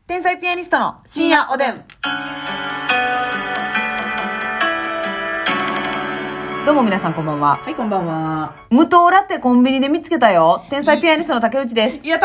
天才ピアニストの深夜おでん。どうも皆さんこんばんは。 はい、こんばんは。 無糖ラテコンビニで見つけたよ。天才ピアニストの竹内です。 やった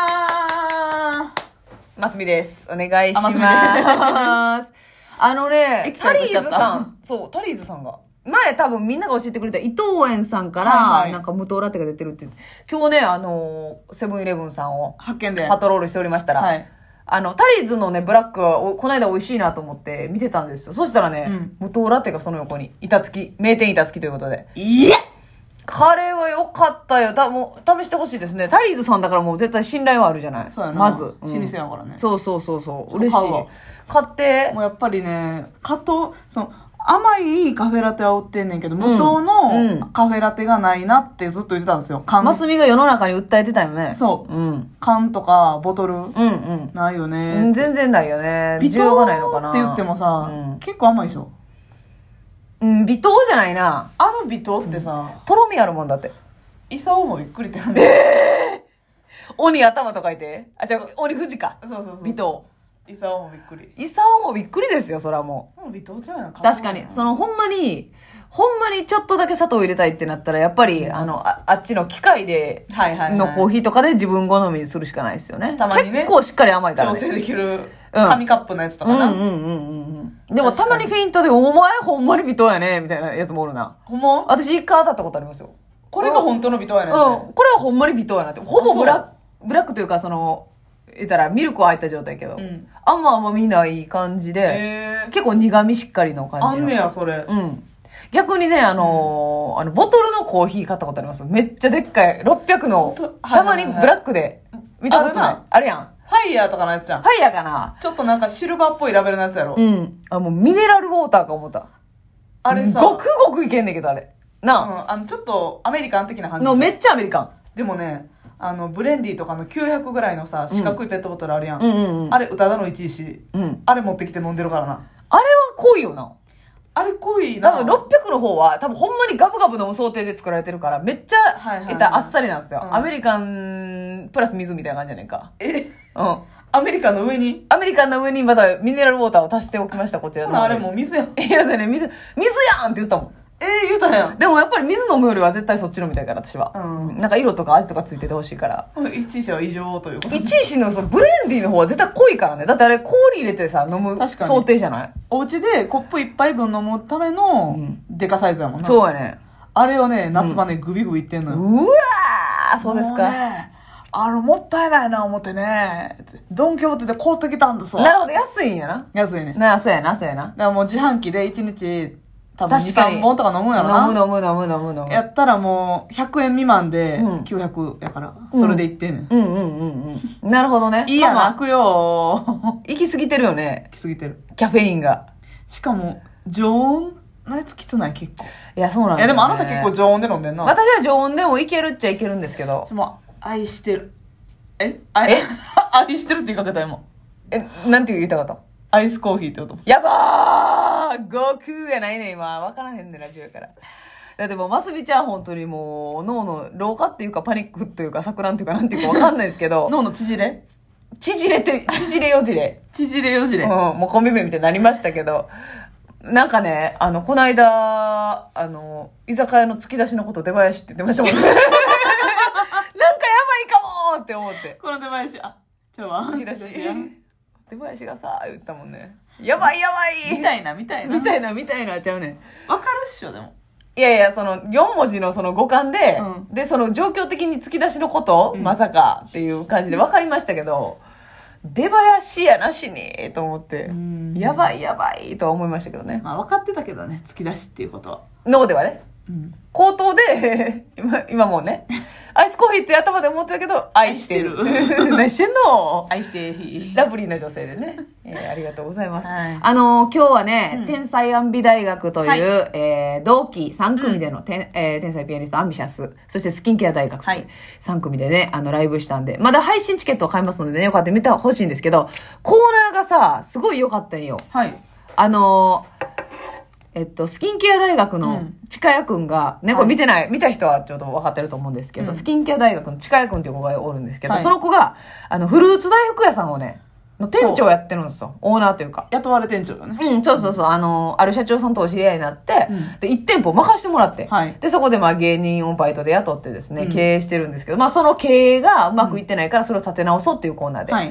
ー。 ますみです。お願いします。 エキサタリイトしちゃったーズさん。そう、タリーズさんが。前多分みんなが教えてくれた伊藤園さんから、 はいはいなんか無糖ラテが出てるって言って、今日ね、セブンイレブンさんを発見で。 パトロールしておりましたら、 はい。 タリーズのね、ブラックはこの間美味しいなと思って見てたんですよ。そしたらね、無糖ラテがその横に、名店板付きということで。 いやカレーは良かったよ。もう試してほしいですね。タリーズさんだからもう絶対信頼はあるじゃない。 そうやな。 まず。 老舗やからね。 そう。嬉しい。 買うわ買って。 もうやっぱりね、甘いカフェラテは売ってんねんけど、無糖のカフェラテがないなってずっと言ってたんですよ。 マスミが世の中に訴えてたよね。 そう。 うん。 缶とかボトル。 うんないよね。 全然ないよね。 微需要がないのかな。 糖って言ってもさ、結構甘いでしょ。 微糖じゃないな。 微糖ってさ、 とろみあるもんだって。 イサオもびっくりって感じ。 鬼頭と書いて。鬼富士か。 そう。 微糖。 イサオもびっくり。 イサオもびっくりですよ、そらももう微糖ちゃうやん。 確かに。ほんまにちょっとだけ砂糖入れたいってなったら、やっぱり、あっちの機械で、のコーヒーとかで自分好みにするしかないですよね。 たまにね結構しっかり甘いからね。 調整できる紙カップのやつとかな。 でもたまにフェイントで、お前ほんまに微糖やね、みたいなやつもおるな。 ほんま私一回当たったことありますよ。 これが本当の微糖やねん。 これはほんまに微糖やなって。ほぼブラックというか、言ったらミルクは入った状態やけど、あんま見ない感じで、結構苦味しっかりの感じの。 あんねや、それ。 逆にね、ボトルのコーヒー買ったことあります。めっちゃでっかい、600の、たまにブラックで、見たことない。あるやん。 ファイヤーとかのやつじゃん。 ファイヤーかな。 ちょっとなんかシルバーっぽいラベルのやつやろ。 もうミネラルウォーターか思った。 あれさ。 ごくごくいけんねんけど、あれ。なあ。ちょっとアメリカン的な感じ。 めっちゃアメリカン。 でもね、ブレンディとかの900ぐらいのさ、四角いペットボトルあるやん。あれ、宇多田の一石。あれ持ってきて飲んでるからな。 あれは濃いよな。 あれ濃いな。 多分600の方は、多分ほんまにガブガブ飲む想定で作られてるから、めっちゃ、あっさりなんですよ。アメリカン、プラス水みたいな感じじゃねんか。 アメリカンの上にアメリカンの上にまたミネラルウォーターを足しておきました、こちらの。 あれもう水やん。 いや、ね、水やんって言ったもん。 言うたやん。 でもやっぱり水飲むよりは絶対そっちのみたいから、私は。なんか色とか味とかついててほしいから。 一石は異常ということで。 一石のブレンディーの方は絶対濃いからね。だってあれ氷入れてさ、飲む想定じゃない？ お家でコップ一杯分飲むためのデカサイズやもんな。 そうやね。 あれをね、夏場ね、グビグビいってんのよ。 うわー、そうですか。 もったいないな思ってね、ドンキホーテで買うてきたんですわ。 なるほど、安いんやな。 安いね。 そうやな。 だからもう自販機で1日、多分2、3本とか飲むんやろな。 飲む。 やったらもう、100円未満で900やから、それでいってんねん。 なるほどね。 いいやな、くよ行き過ぎてるよね。 行き過ぎてる。 キャフェインが。 しかも、常温のやつきつない結構。 いや、そうなんですよ、ね。いや、でもあなた結構常温で飲んでんな。 私は常温でもいけるっちゃいけるんですけど。 愛してる。愛してるって言いかけたよ、もう。なんて言いたかったアイスコーヒーってこと。 やばー悟空やないね今。わからへんねラジオやから。だってもう、ますみちゃん本当にもう、脳の老化っていうかパニックというか錯乱というかなんていうかわかんないですけど。 脳の縮れよじれ。 縮れよじれ。 もうコンビ名みたいになりましたけど。なんかね、この間、居酒屋の突き出しのこと出囃子って言ってましたもんね。なんかやばいかもーって思って。 この出囃子、 突き出し。出囃子がさ、言ったもんね。やばいみたいなちゃうねん。 わかるっしょ、でも。 いや、4文字の語感で、で、状況的に突き出しのこと、まさかっていう感じで分かりましたけど、出囃子やなしに、と思って、やばい、とは思いましたけどね。 まあ分かってたけどね、突き出しっていうことは。 脳ではね。口頭で、今もうね、アイスコーヒーって頭で思ってたけど、愛してる。何してんの？ 愛してる。 ラブリーな女性でね。ありがとうございます。今日はね、天才アンビ大学という、同期3組での天才ピアニストアンビシャス、そしてスキンケア大学という3組でね、ライブしたんで、まだ配信チケットを買いますのでね、よかったら見てほしいんですけど、コーナーがさ、すごい良かったんよ。スキンケア大学の近谷くんが、ね、これ見た人はちょっと分かってると思うんですけど、スキンケア大学の近谷くんっていう子がおるんですけど、その子が、フルーツ大福屋さんをね、 の店長やってるんですよ。オーナーというか。 雇われ店長よね。 うん、そうそうそう。ある社長さんとお知り合いになって、で、1店舗任してもらって、 はい、 で、そこでまあ芸人をバイトで雇ってですね、経営してるんですけど、まあその経営がうまくいってないから、それを立て直そうっていうコーナーで、はい、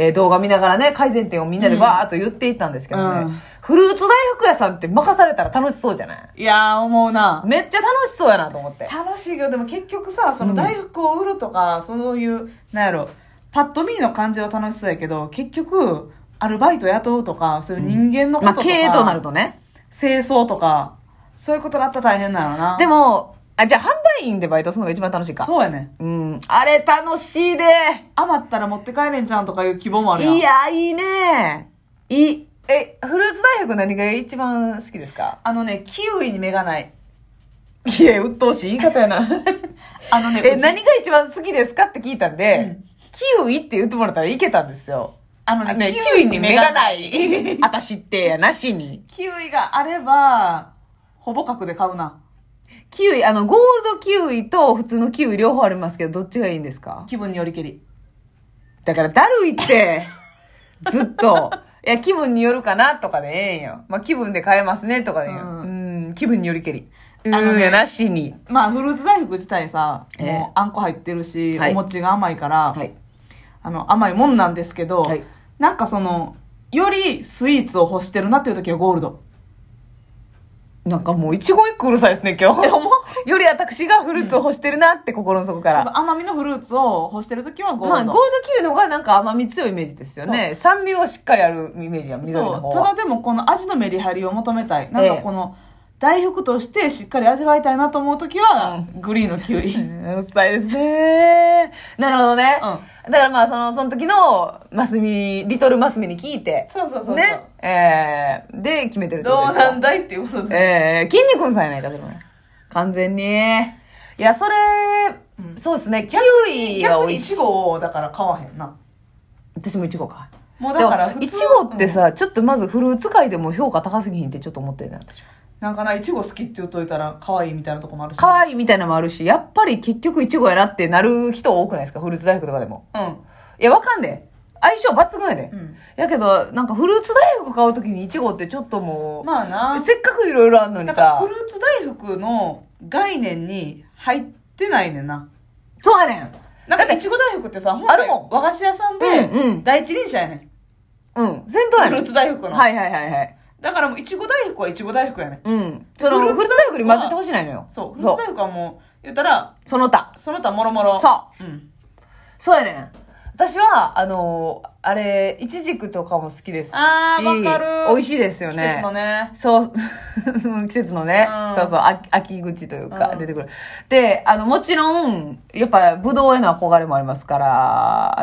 動画見ながらね、改善点をみんなでバーっと言っていったんですけどね、フルーツ大福屋さんって任されたら楽しそうじゃない？ いやー、思うな。 めっちゃ楽しそうやなと思って。 楽しいけど、でも結局さ、その大福を売るとか、そういう、なんやろ、パッと見の感じは楽しそうやけど、結局、アルバイト雇うとか、そういう人間のこととか、 まあ経営となるとね。 清掃とか、そういうことだったら大変なのな。 でも、じゃあ販売員でバイトするのが一番楽しいか。 そうやね。 うん。あれ楽しいで。 余ったら持って帰れんじゃんとかいう希望もあるやん。 いや、いいね。フルーツ大福何が一番好きですか？ キウイに目がない。 いや、鬱陶しい言い方やな。何が一番好きですかって聞いたんで、キウイって言ってもらったらいけたんですよ。キウイに目がない。私ってやなしに。 キウイがあれば、ほぼ角で買うな。 キウイ、ゴールドキウイと普通のキウイ両方ありますけど、どっちがいいんですか？ 気分によりけり。 だからだるいって、ずっと。いや、気分によるかなとかでええんよ。まあ、気分で買えますねとかでええんよ。気分によりけり。やなしに。 まあ、フルーツ大福自体さ、もうあんこ入ってるし、お餅が甘いから、甘いもんなんですけど、なんかよりスイーツを欲してるなっていう時はゴールド。 なんかもう一言一句うるさいですね、今日。より私がフルーツを欲してるなって心の底から。 甘みのフルーツを欲してる時はゴールド。 まあ、ゴールドキウイの方がなんか甘み強いイメージですよね。酸味はしっかりあるイメージや、緑の方は。 ただでもこの味のメリハリを求めたい。なんかこの、大福としてしっかり味わいたいなと思うときは、グリーンのキウイ。 うっさいですね。なるほどね。だからまあ、その時の、リトルマスミに聞いて。 そう。 ね。で、決めてるってことです。どうなんだいっていうことで。 筋肉さんやないか、それね。完全に。いや、それ、そうですね、キウイは逆にイチゴを、だから買わへんな。 私もイチゴか。 もうだからイチゴってさ、ちょっとまずフルーツ界でも評価高すぎひんってちょっと思ってるね、私は。 なんかな、イチゴ好きって言っといたら可愛いみたいなとこもあるし。 可愛いみたいなのもあるし、やっぱり結局イチゴやなってなる人多くないですか？フルーツ大福とかでも。いや、わかんねえ。相性抜群やで。やけど、なんかフルーツ大福買うときにイチゴってちょっともう、 まあな。 せっかくいろいろあんのにさ。 フルーツ大福の概念に入ってないねんな。 そうやねん。 なんかイチゴ大福ってさ、ほんあるもん。 和菓子屋さんで、第一人者やねん。先頭やねん。 フルーツ大福の。 はい。 だからもう、いちご大福はいちご大福やね。 フルーツ大福に混ぜてほしいないのよ。 そう。フルーツ大福はもう、言ったら、 その他もろもろ。 そう。そうやねん。私は、あれ、イチジクとかも好きですし。 わかる。 美味しいですよね。 季節のね。 そう。季節のね。そう、秋口というか、出てくる。で、もちろん、やっぱ、ぶどうへの憧れもありますから、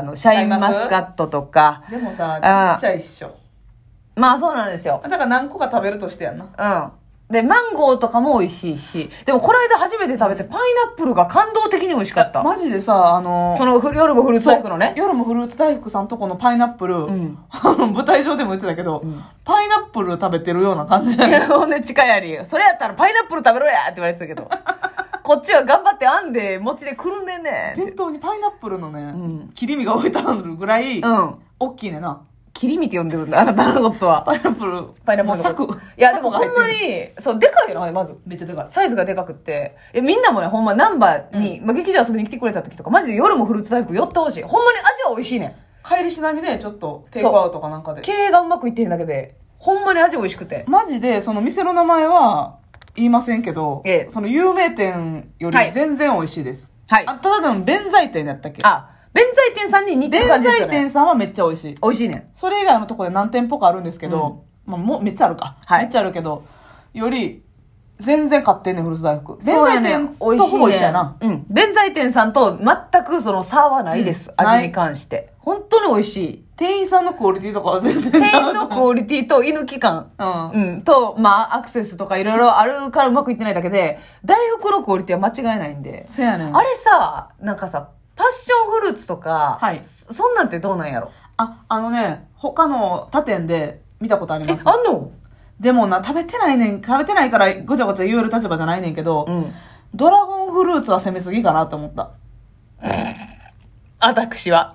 シャインマスカットとか。 でもさ、ちっちゃいっしょ。 まあそうなんですよ。 だから何個か食べるとしてやんな。 で、マンゴーとかも美味しいし、でもこの間初めて食べてパイナップルが感動的に美味しかった。 マジでさ、 夜もフルーツ大福のね。 夜もフルーツ大福さんとこのパイナップル、舞台上でも言ってたけど、パイナップル食べてるような感じじゃない？ ほんで近やり。それやったらパイナップル食べろやって言われてたけど。こっちは頑張って編んで、餅でくるんでんねん。 店頭にパイナップルのね、切り身が置いてあるぐらい、大きいねんな。 切り身って呼んでるんだ、あなたのことは。 パイナップル。 もうサク。 いや、でもほんまに、そう、でかいのね、まず。 めっちゃでかい。 サイズがでかくって。みんなもね、ほんま、ナンバーに、劇場遊びに来てくれた時とか、マジで夜もフルーツ大福寄ってほしい。ほんまに味は美味しいねん。 帰りしなにね、ちょっと、テイクアウトかなんかで。 経営がうまくいってへんだけで、ほんまに味美味しくて。 マジで、その店の名前は、言いませんけど、その有名店より全然美味しいです。ただでも、弁財天やったっけ？弁財天さんに似てる感じですよね。弁財天さんはめっちゃ美味しい。 美味しいね。 それ以外のところで何店舗かあるんですけど、もうめっちゃあるか。めっちゃあるけど、より、全然買ってんねん、フルーツ大福。弁財天とほぼ一緒やな。 弁財天さんと全くその差はないです。味に関して。本当に美味しい。 店員さんのクオリティとかは全然違う。店員のクオリティと居抜き感。と、アクセスとかいろいろあるからうまくいってないだけで、大福のクオリティは間違いないんで。 そうやねん。 あれさ、なんかさ、パッションフルーツとか、そんなんってどうなんやろ？ 他の他店で見たことあります。 あんの？ でもな、食べてないからごちゃごちゃ言える立場じゃないねんけど、ドラゴンフルーツは攻めすぎかなと思った。 私は。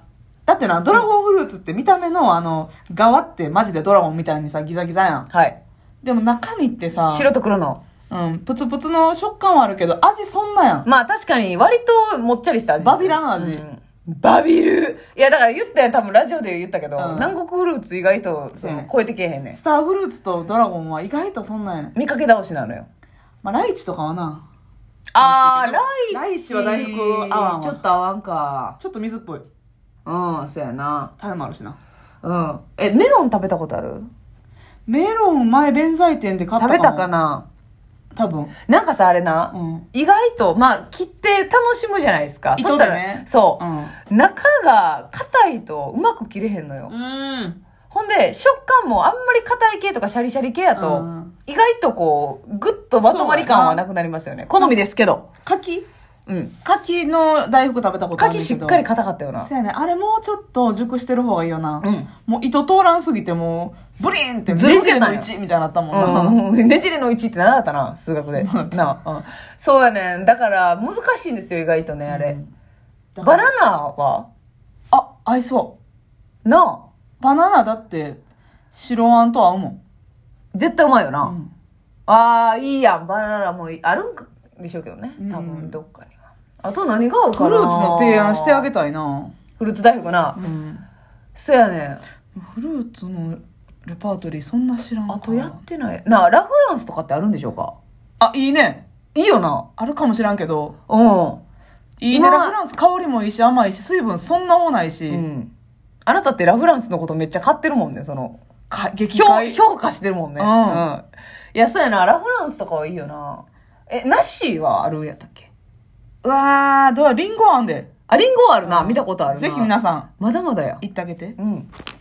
だってな、ドラゴンフルーツって見た目の側ってマジでドラゴンみたいにさ、ギザギザやん。 はい。 でも中身ってさ、 白と黒の。 プツプツの食感はあるけど、味そんなやん。 まあ確かに割ともっちゃりした味です。 バビラン味。 バビル。いやだから言ったよ、多分ラジオで言ったけど、南国フルーツ意外と超えてけえへんねん。 スターフルーツとドラゴンは意外とそんなんやねん。 見かけ倒しなのよ。 まあライチとかはな。 ライチは大福合わんわ。 ちょっと合わんか。 ちょっと水っぽい。 そうやな。 種もあるしな。 メロン食べたことある？ メロン前弁財天で買ったかも。 食べたかな？ 多分。 なんかさ、あれな、意外と、まあ、切って楽しむじゃないですか。 そしたらね。 そう。中が硬いとうまく切れへんのよ。ほんで、食感もあんまり硬い系とかシャリシャリ系やと、意外とこう、ぐっとまとまり感はなくなりますよね。好みですけど。 柿の大福食べたことあるけど。 柿しっかり硬かったよな。 そうやね。あれもうちょっと熟してる方がいいよな。もう糸通らんすぎてもう、ブリーンってねじれの1みたいになったもんな。ねじれの1って何だったな、数学で。そうやね。だから難しいんですよ、意外とね、あれ。バナナは合いそう。 なあ。 バナナだって白あんと合うもん。 絶対うまいよな。いいやん。バナナもあるんでしょうけどね。多分どっかには。あと何が合うかな。 フルーツの提案してあげたいな。 フルーツ大福な。そうやね。 フルーツのレパートリーそんな知らんか。 あとやってない。ラフランスとかってあるんでしょうか？ いいね。 いいよな。 あるかもしらんけど。いいね。ラフランス香りもいいし甘いし水分そんな多ないし。 あなたってラフランスのことめっちゃ買ってるもんね、評価してるもんね。いや、そうやな、ラフランスとかはいいよな。ナッシーはあるやったっけ？ どうや、リンゴあんで。 リンゴあるな、見たことあるな。 ぜひ皆さん。 まだまだや。 行ってあげて。